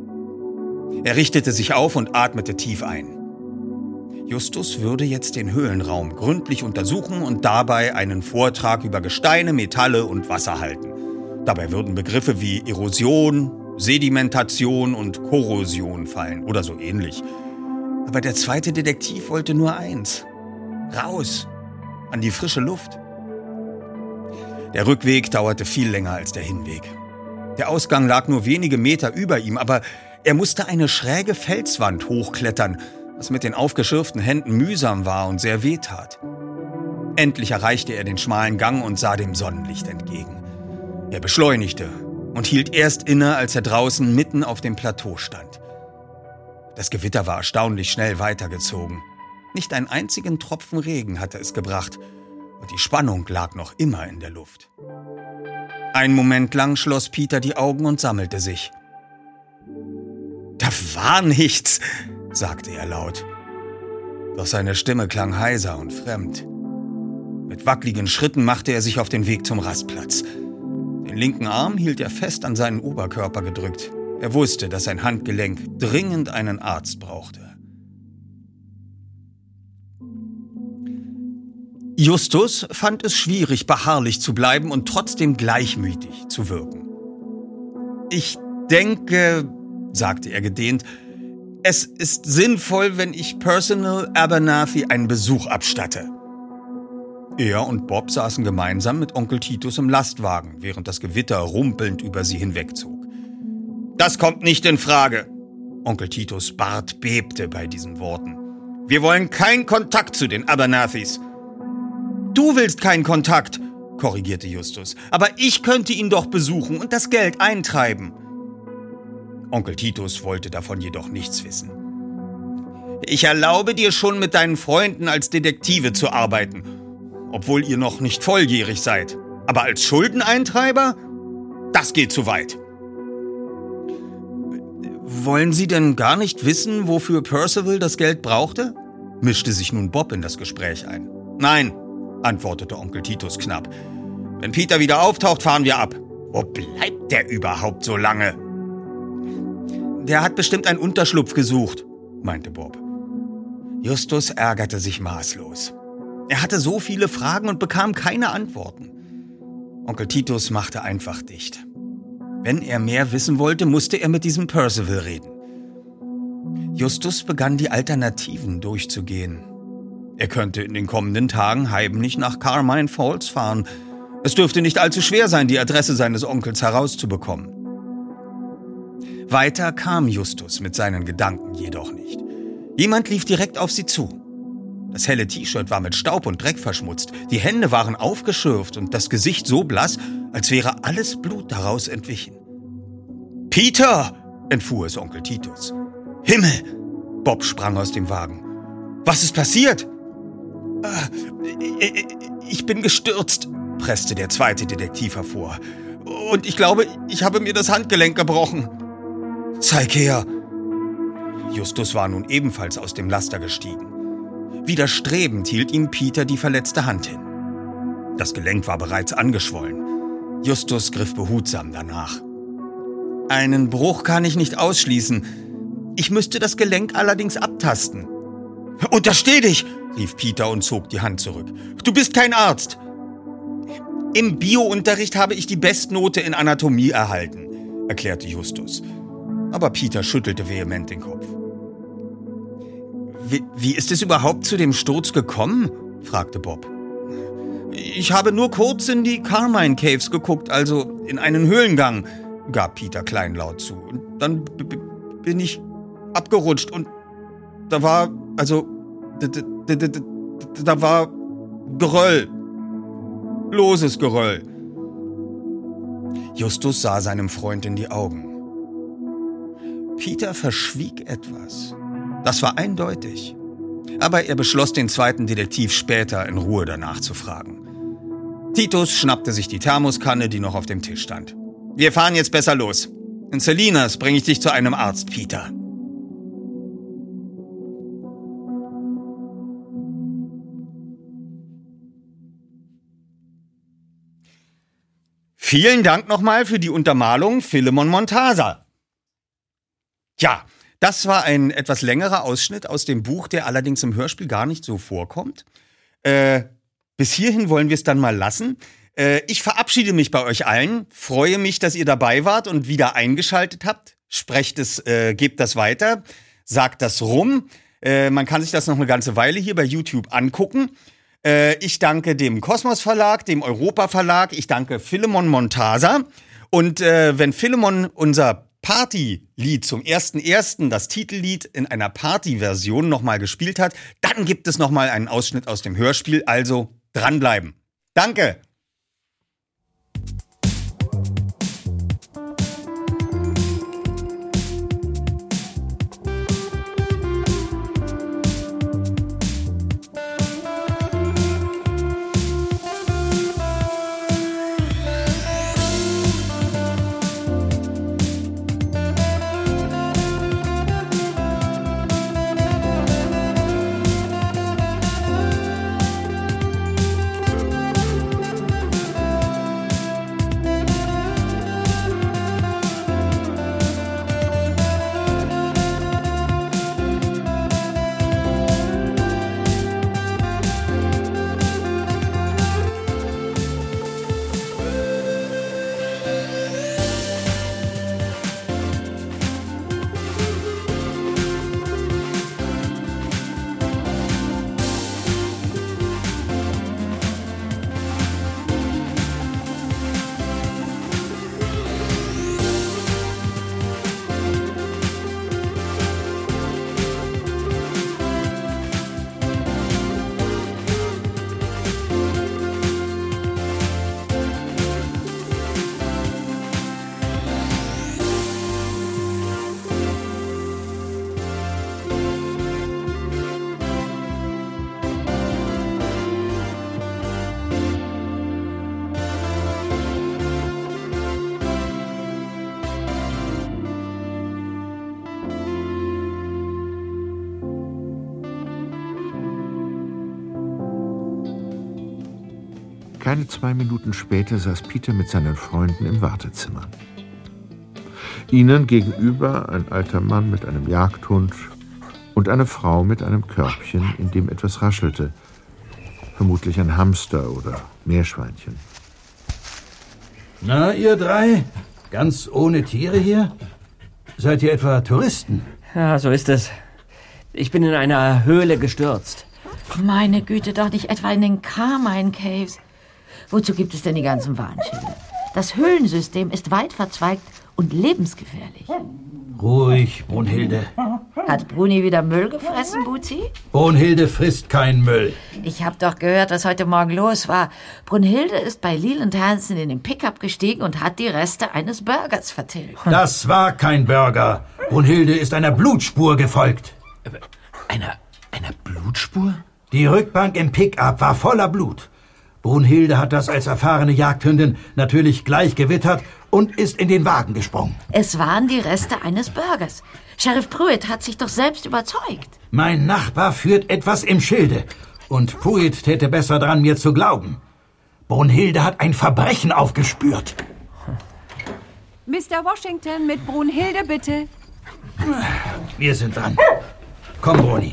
Er richtete sich auf und atmete tief ein. Justus würde jetzt den Höhlenraum gründlich untersuchen und dabei einen Vortrag über Gesteine, Metalle und Wasser halten. Dabei würden Begriffe wie Erosion, Sedimentation und Korrosion fallen oder so ähnlich. Aber der zweite Detektiv wollte nur eins. Raus. An die frische Luft. Der Rückweg dauerte viel länger als der Hinweg. Der Ausgang lag nur wenige Meter über ihm, aber er musste eine schräge Felswand hochklettern, was mit den aufgeschürften Händen mühsam war und sehr wehtat. Endlich erreichte er den schmalen Gang und sah dem Sonnenlicht entgegen. Er beschleunigte und hielt erst inne, als er draußen mitten auf dem Plateau stand. Das Gewitter war erstaunlich schnell weitergezogen. Nicht einen einzigen Tropfen Regen hatte es gebracht und die Spannung lag noch immer in der Luft. Einen Moment lang schloss Peter die Augen und sammelte sich. »Da war nichts«, sagte er laut. Doch seine Stimme klang heiser und fremd. Mit wackligen Schritten machte er sich auf den Weg zum Rastplatz. Den linken Arm hielt er fest an seinen Oberkörper gedrückt. Er wusste, dass sein Handgelenk dringend einen Arzt brauchte. Justus fand es schwierig, beharrlich zu bleiben und trotzdem gleichmütig zu wirken. »Ich denke«, sagte er gedehnt, »es ist sinnvoll, wenn ich Personal Abernathy einen Besuch abstatte.« Er und Bob saßen gemeinsam mit Onkel Titus im Lastwagen, während das Gewitter rumpelnd über sie hinwegzog. »Das kommt nicht in Frage!« Onkel Titus' Bart bebte bei diesen Worten. »Wir wollen keinen Kontakt zu den Abernathys.« »Du willst keinen Kontakt«, korrigierte Justus. »Aber ich könnte ihn doch besuchen und das Geld eintreiben.« Onkel Titus wollte davon jedoch nichts wissen. »Ich erlaube dir schon, mit deinen Freunden als Detektive zu arbeiten, obwohl ihr noch nicht volljährig seid. Aber als Schuldeneintreiber? Das geht zu weit.« »Wollen Sie denn gar nicht wissen, wofür Percival das Geld brauchte?« mischte sich nun Bob in das Gespräch ein. »Nein«, antwortete Onkel Titus knapp. »Wenn Peter wieder auftaucht, fahren wir ab.« »Wo bleibt der überhaupt so lange?« »Der hat bestimmt einen Unterschlupf gesucht«, meinte Bob. Justus ärgerte sich maßlos. Er hatte so viele Fragen und bekam keine Antworten. Onkel Titus machte einfach dicht. Wenn er mehr wissen wollte, musste er mit diesem Percival reden. Justus begann die Alternativen durchzugehen. Er könnte in den kommenden Tagen heimlich nach Carmine Falls fahren. Es dürfte nicht allzu schwer sein, die Adresse seines Onkels herauszubekommen. Weiter kam Justus mit seinen Gedanken jedoch nicht. Jemand lief direkt auf sie zu. Das helle T-Shirt war mit Staub und Dreck verschmutzt, die Hände waren aufgeschürft und das Gesicht so blass, als wäre alles Blut daraus entwichen. »Peter!« entfuhr es Onkel Titus. »Himmel!« Bob sprang aus dem Wagen. »Was ist passiert?« »Ich bin gestürzt«, presste der zweite Detektiv hervor. »Und ich glaube, ich habe mir das Handgelenk gebrochen.« »Zeig her!« Justus war nun ebenfalls aus dem Laster gestiegen. Widerstrebend hielt ihm Peter die verletzte Hand hin. Das Gelenk war bereits angeschwollen. Justus griff behutsam danach. »Einen Bruch kann ich nicht ausschließen. Ich müsste das Gelenk allerdings abtasten.« »Untersteh dich!« rief Peter und zog die Hand zurück. »Du bist kein Arzt!« »Im Bio-Unterricht habe ich die Bestnote in Anatomie erhalten«, erklärte Justus. Aber Peter schüttelte vehement den Kopf. Wie, wie ist es überhaupt zu dem Sturz gekommen?« fragte Bob. »Ich habe nur kurz in die Carmine Caves geguckt, also in einen Höhlengang«, gab Peter kleinlaut zu. »Und dann b- b- bin ich abgerutscht und da war, also, d- d- d- d- da war Geröll. Loses Geröll.« Justus sah seinem Freund in die Augen. Peter verschwieg etwas. Das war eindeutig. Aber er beschloss, den zweiten Detektiv später in Ruhe danach zu fragen. Titus schnappte sich die Thermoskanne, die noch auf dem Tisch stand. »Wir fahren jetzt besser los. In Salinas bringe ich dich zu einem Arzt, Peter.« Vielen Dank nochmal für die Untermalung, Philemon Montasa. Ja, das war ein etwas längerer Ausschnitt aus dem Buch, der allerdings im Hörspiel gar nicht so vorkommt. Äh, bis hierhin wollen wir es dann mal lassen. Äh, ich verabschiede mich bei euch allen, freue mich, dass ihr dabei wart und wieder eingeschaltet habt. Sprecht es, äh, gebt das weiter, sagt das rum. Äh, man kann sich das noch eine ganze Weile hier bei YouTube angucken. Äh, ich danke dem Kosmos Verlag, dem Europa Verlag. Ich danke Philemon Montasa. Und äh, wenn Philemon unser Partylied zum ersten ersten, das Titellied in einer Partyversion nochmal gespielt hat, dann gibt es nochmal einen Ausschnitt aus dem Hörspiel. Also dranbleiben. Danke! Keine zwei Minuten später saß Peter mit seinen Freunden im Wartezimmer. Ihnen gegenüber ein alter Mann mit einem Jagdhund und eine Frau mit einem Körbchen, in dem etwas raschelte. Vermutlich ein Hamster oder Meerschweinchen. Na, ihr drei? Ganz ohne Tiere hier? Seid ihr etwa Touristen? Ja, so ist es. Ich bin in einer Höhle gestürzt. Meine Güte, doch nicht etwa in den Carmine Caves. Wozu gibt es denn die ganzen Warnschilder? Das Höhlensystem ist weit verzweigt und lebensgefährlich. Ruhig, Brunhilde. Hat Bruni wieder Müll gefressen, Buzi? Brunhilde frisst keinen Müll. Ich hab doch gehört, was heute Morgen los war. Brunhilde ist bei Leland Hansen in den Pickup gestiegen und hat die Reste eines Burgers vertilgt. Das war kein Burger. Brunhilde ist einer Blutspur gefolgt. Einer, einer Blutspur? Die Rückbank im Pickup war voller Blut. Brunhilde hat das als erfahrene Jagdhündin natürlich gleich gewittert und ist in den Wagen gesprungen. Es waren die Reste eines Burgers. Sheriff Pruitt hat sich doch selbst überzeugt. Mein Nachbar führt etwas im Schilde. Und Pruitt täte besser dran, mir zu glauben. Brunhilde hat ein Verbrechen aufgespürt. Mister Washington, mit Brunhilde, bitte. Wir sind dran. Komm, Bruni.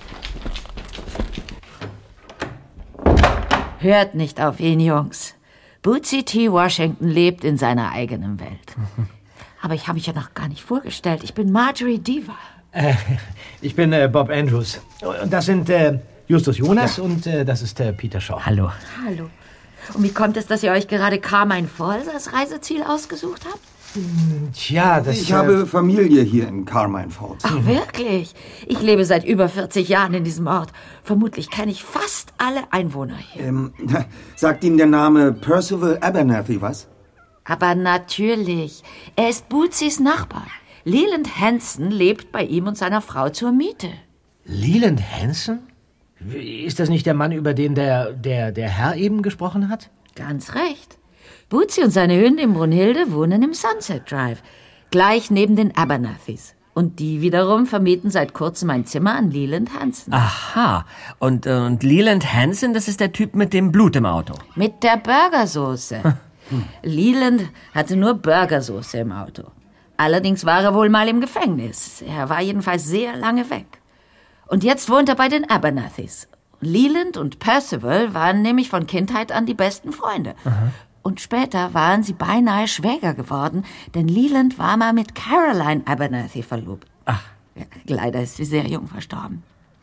Hört nicht auf ihn, Jungs. Bootsy T. Washington lebt in seiner eigenen Welt. Aber ich habe mich ja noch gar nicht vorgestellt. Ich bin Marjorie Diva. Äh, ich bin äh, Bob Andrews. Und das sind äh, Justus Jonas ja. und äh, das ist äh, Peter Shaw. Hallo. Hallo. Und wie kommt es, dass ihr euch gerade Carmine Falls als Reiseziel ausgesucht habt? Tja, das... Ich äh, habe Familie hier in Carmine Falls. Ach, wirklich? Ich lebe seit über vierzig Jahren in diesem Ort. Vermutlich kenne ich fast alle Einwohner hier. Ähm, sagt Ihnen der Name Percival Abernathy was? Aber natürlich. Er ist Bootsys Nachbar. Leland Hansen lebt bei ihm und seiner Frau zur Miete. Leland Hansen? Ist das nicht der Mann, über den der, der, der Herr eben gesprochen hat? Ganz recht. Bootsy und seine Hündin Brunhilde wohnen im Sunset Drive, gleich neben den Abernathys. Und die wiederum vermieten seit kurzem ein Zimmer an Leland Hansen. Aha. Und, und Leland Hansen, das ist der Typ mit dem Blut im Auto. Mit der Burgersoße. Hm. Leland hatte nur Burgersoße im Auto. Allerdings war er wohl mal im Gefängnis. Er war jedenfalls sehr lange weg. Und jetzt wohnt er bei den Abernathys. Leland und Percival waren nämlich von Kindheit an die besten Freunde. Aha. Und später waren sie beinahe Schwäger geworden, denn Leland war mal mit Caroline Abernathy verlobt. Ach. Ja, leider ist sie sehr jung verstorben.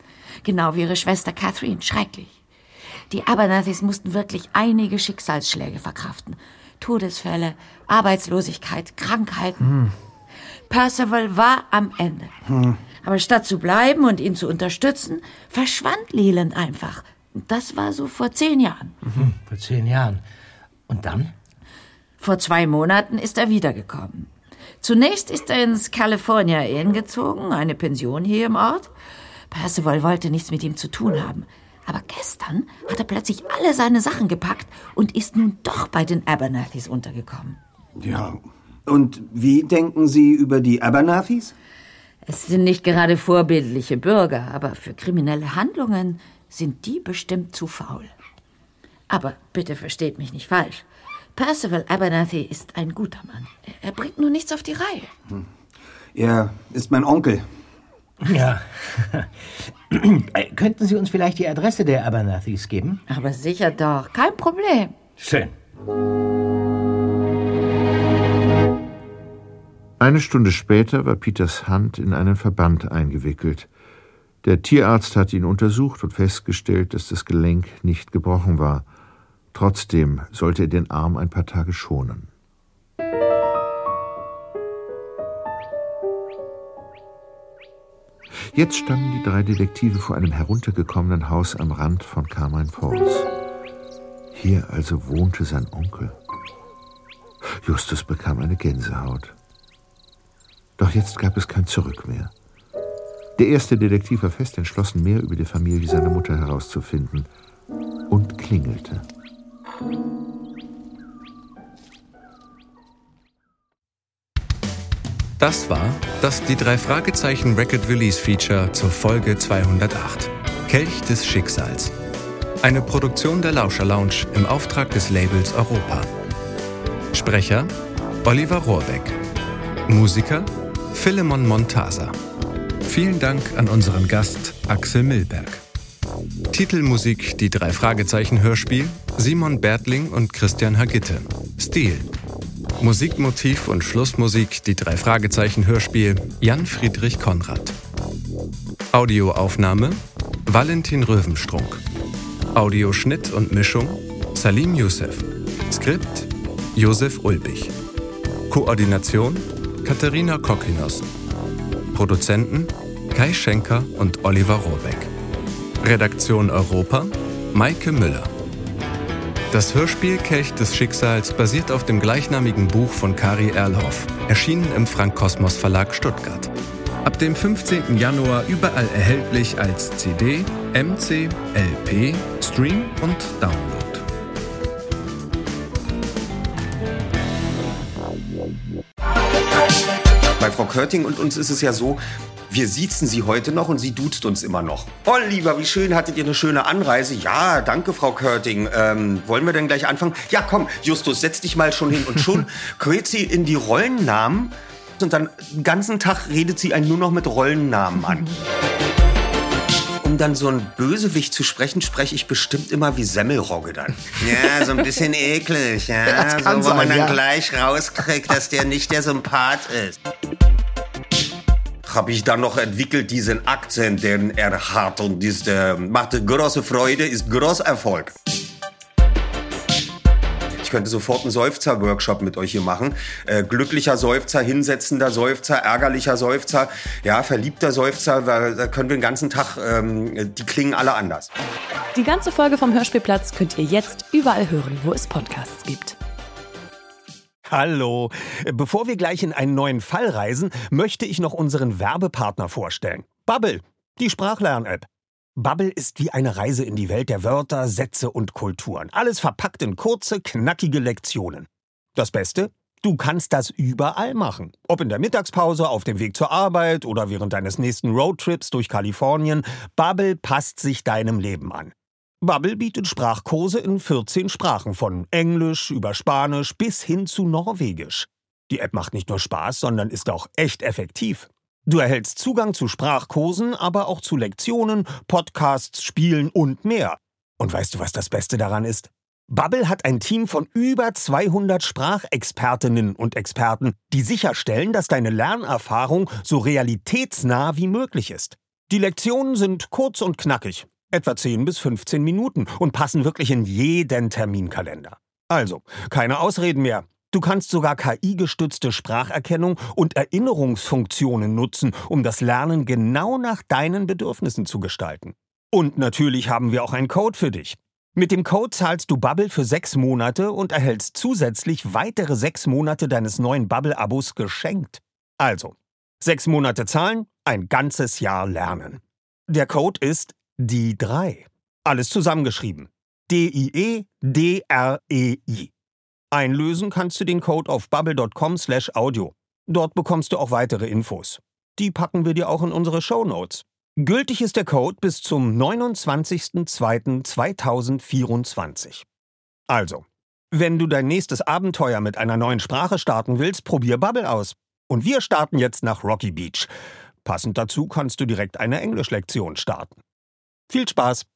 Genau wie ihre Schwester Catherine. Schrecklich. Die Abernathys mussten wirklich einige Schicksalsschläge verkraften. Todesfälle, Arbeitslosigkeit, Krankheiten. Hm. Percival war am Ende. Hm. Aber statt zu bleiben und ihn zu unterstützen, verschwand Leland einfach. Das war so vor zehn Jahren. Mhm, vor zehn Jahren. Und dann? Vor zwei Monaten ist er wiedergekommen. Zunächst ist er ins California Inn gezogen, eine Pension hier im Ort. Percival wollte nichts mit ihm zu tun haben. Aber gestern hat er plötzlich alle seine Sachen gepackt und ist nun doch bei den Abernathys untergekommen. Ja, und wie denken Sie über die Abernathys? Es sind nicht gerade vorbildliche Bürger, aber für kriminelle Handlungen sind die bestimmt zu faul. Aber bitte versteht mich nicht falsch. Percival Abernathy ist ein guter Mann. Er bringt nur nichts auf die Reihe. Hm. Er ist mein Onkel. Ja. Könnten Sie uns vielleicht die Adresse der Abernathys geben? Aber sicher doch. Kein Problem. Schön. Eine Stunde später war Peters Hand in einen Verband eingewickelt. Der Tierarzt hatte ihn untersucht und festgestellt, dass das Gelenk nicht gebrochen war. Trotzdem sollte er den Arm ein paar Tage schonen. Jetzt standen die drei Detektive vor einem heruntergekommenen Haus am Rand von Carmine Falls. Hier also wohnte sein Onkel. Justus bekam eine Gänsehaut. Doch jetzt gab es kein Zurück mehr. Der erste Detektiv war fest entschlossen, mehr über die Familie seiner Mutter herauszufinden, und klingelte. Das war das Die drei Fragezeichen Record Release Feature zur Folge zweihundertacht. Kelch des Schicksals. Eine Produktion der Lauscher Lounge im Auftrag des Labels Europa. Sprecher Oliver Rohrbeck. Musiker Philemon Montaser. Vielen Dank an unseren Gast Axel Milberg. Titelmusik Die drei Fragezeichen Hörspiel Simon Bertling und Christian Hagitte. Stil Musikmotiv und Schlussmusik Die drei Fragezeichen Hörspiel Jan Friedrich Konrad. Audioaufnahme Valentin Röwenstrunk. Audioschnitt und Mischung Salim Youssef. Skript Josef Ulbich. Koordination Katharina Kokinos. Produzenten Kai Schenker und Oliver Rohrbeck. Redaktion Europa Maike Müller. Das Hörspiel Kelch des Schicksals basiert auf dem gleichnamigen Buch von Kari Erlhoff, erschienen im Frank Kosmos Verlag Stuttgart. Ab dem fünfzehnten Januar überall erhältlich als C D, M C, L P, Stream und Download. Bei Frau Körting und uns ist es ja so, wir siezen sie heute noch und sie duzt uns immer noch. Oh, lieber, wie schön, hattet ihr eine schöne Anreise? Ja, danke, Frau Körting. Ähm, wollen wir denn gleich anfangen? Ja, komm, Justus, setz dich mal schon hin. Und schon gerät sie in die Rollennamen und dann den ganzen Tag redet sie einen nur noch mit Rollennamen an. Um dann so einen Bösewicht zu sprechen, spreche ich bestimmt immer wie Semmelrogge dann. Ja, so ein bisschen eklig, ja. Das kann so, wo man sein, dann ja. gleich rauskriegt, dass der nicht der Sympath ist. Habe ich dann noch entwickelt, diesen Akzent, den er hat. Und das äh, macht große Freude, ist großer Erfolg. Ich könnte sofort einen Seufzer-Workshop mit euch hier machen. Äh, glücklicher Seufzer, hinsetzender Seufzer, ärgerlicher Seufzer, ja, verliebter Seufzer. Da können wir den ganzen Tag, ähm, die klingen alle anders. Die ganze Folge vom Hörspielplatz könnt ihr jetzt überall hören, wo es Podcasts gibt. Hallo. Bevor wir gleich in einen neuen Fall reisen, möchte ich noch unseren Werbepartner vorstellen. Babbel, die Sprachlern-App. Babbel ist wie eine Reise in die Welt der Wörter, Sätze und Kulturen. Alles verpackt in kurze, knackige Lektionen. Das Beste? Du kannst das überall machen. Ob in der Mittagspause, auf dem Weg zur Arbeit oder während deines nächsten Roadtrips durch Kalifornien. Babbel passt sich deinem Leben an. Babbel bietet Sprachkurse in vierzehn Sprachen, von Englisch über Spanisch bis hin zu Norwegisch. Die App macht nicht nur Spaß, sondern ist auch echt effektiv. Du erhältst Zugang zu Sprachkursen, aber auch zu Lektionen, Podcasts, Spielen und mehr. Und weißt du, was das Beste daran ist? Babbel hat ein Team von über zweihundert Sprachexpertinnen und Experten, die sicherstellen, dass deine Lernerfahrung so realitätsnah wie möglich ist. Die Lektionen sind kurz und knackig, etwa zehn bis fünfzehn Minuten und passen wirklich in jeden Terminkalender. Also, keine Ausreden mehr. Du kannst sogar K I-gestützte Spracherkennung und Erinnerungsfunktionen nutzen, um das Lernen genau nach deinen Bedürfnissen zu gestalten. Und natürlich haben wir auch einen Code für dich. Mit dem Code zahlst du Babbel für sechs Monate und erhältst zusätzlich weitere sechs Monate deines neuen Babbel-Abos geschenkt. Also, sechs Monate zahlen, ein ganzes Jahr lernen. Der Code ist die drei. Alles zusammengeschrieben. D I E D R E I. Einlösen kannst du den Code auf babbel punkt com slash audio. Dort bekommst du auch weitere Infos. Die packen wir dir auch in unsere Shownotes. Gültig ist der Code bis zum neunundzwanzigsten zweiten zweitausendvierundzwanzig. Also, wenn du dein nächstes Abenteuer mit einer neuen Sprache starten willst, probier Babbel aus. Und wir starten jetzt nach Rocky Beach. Passend dazu kannst du direkt eine Englischlektion starten. Viel Spaß!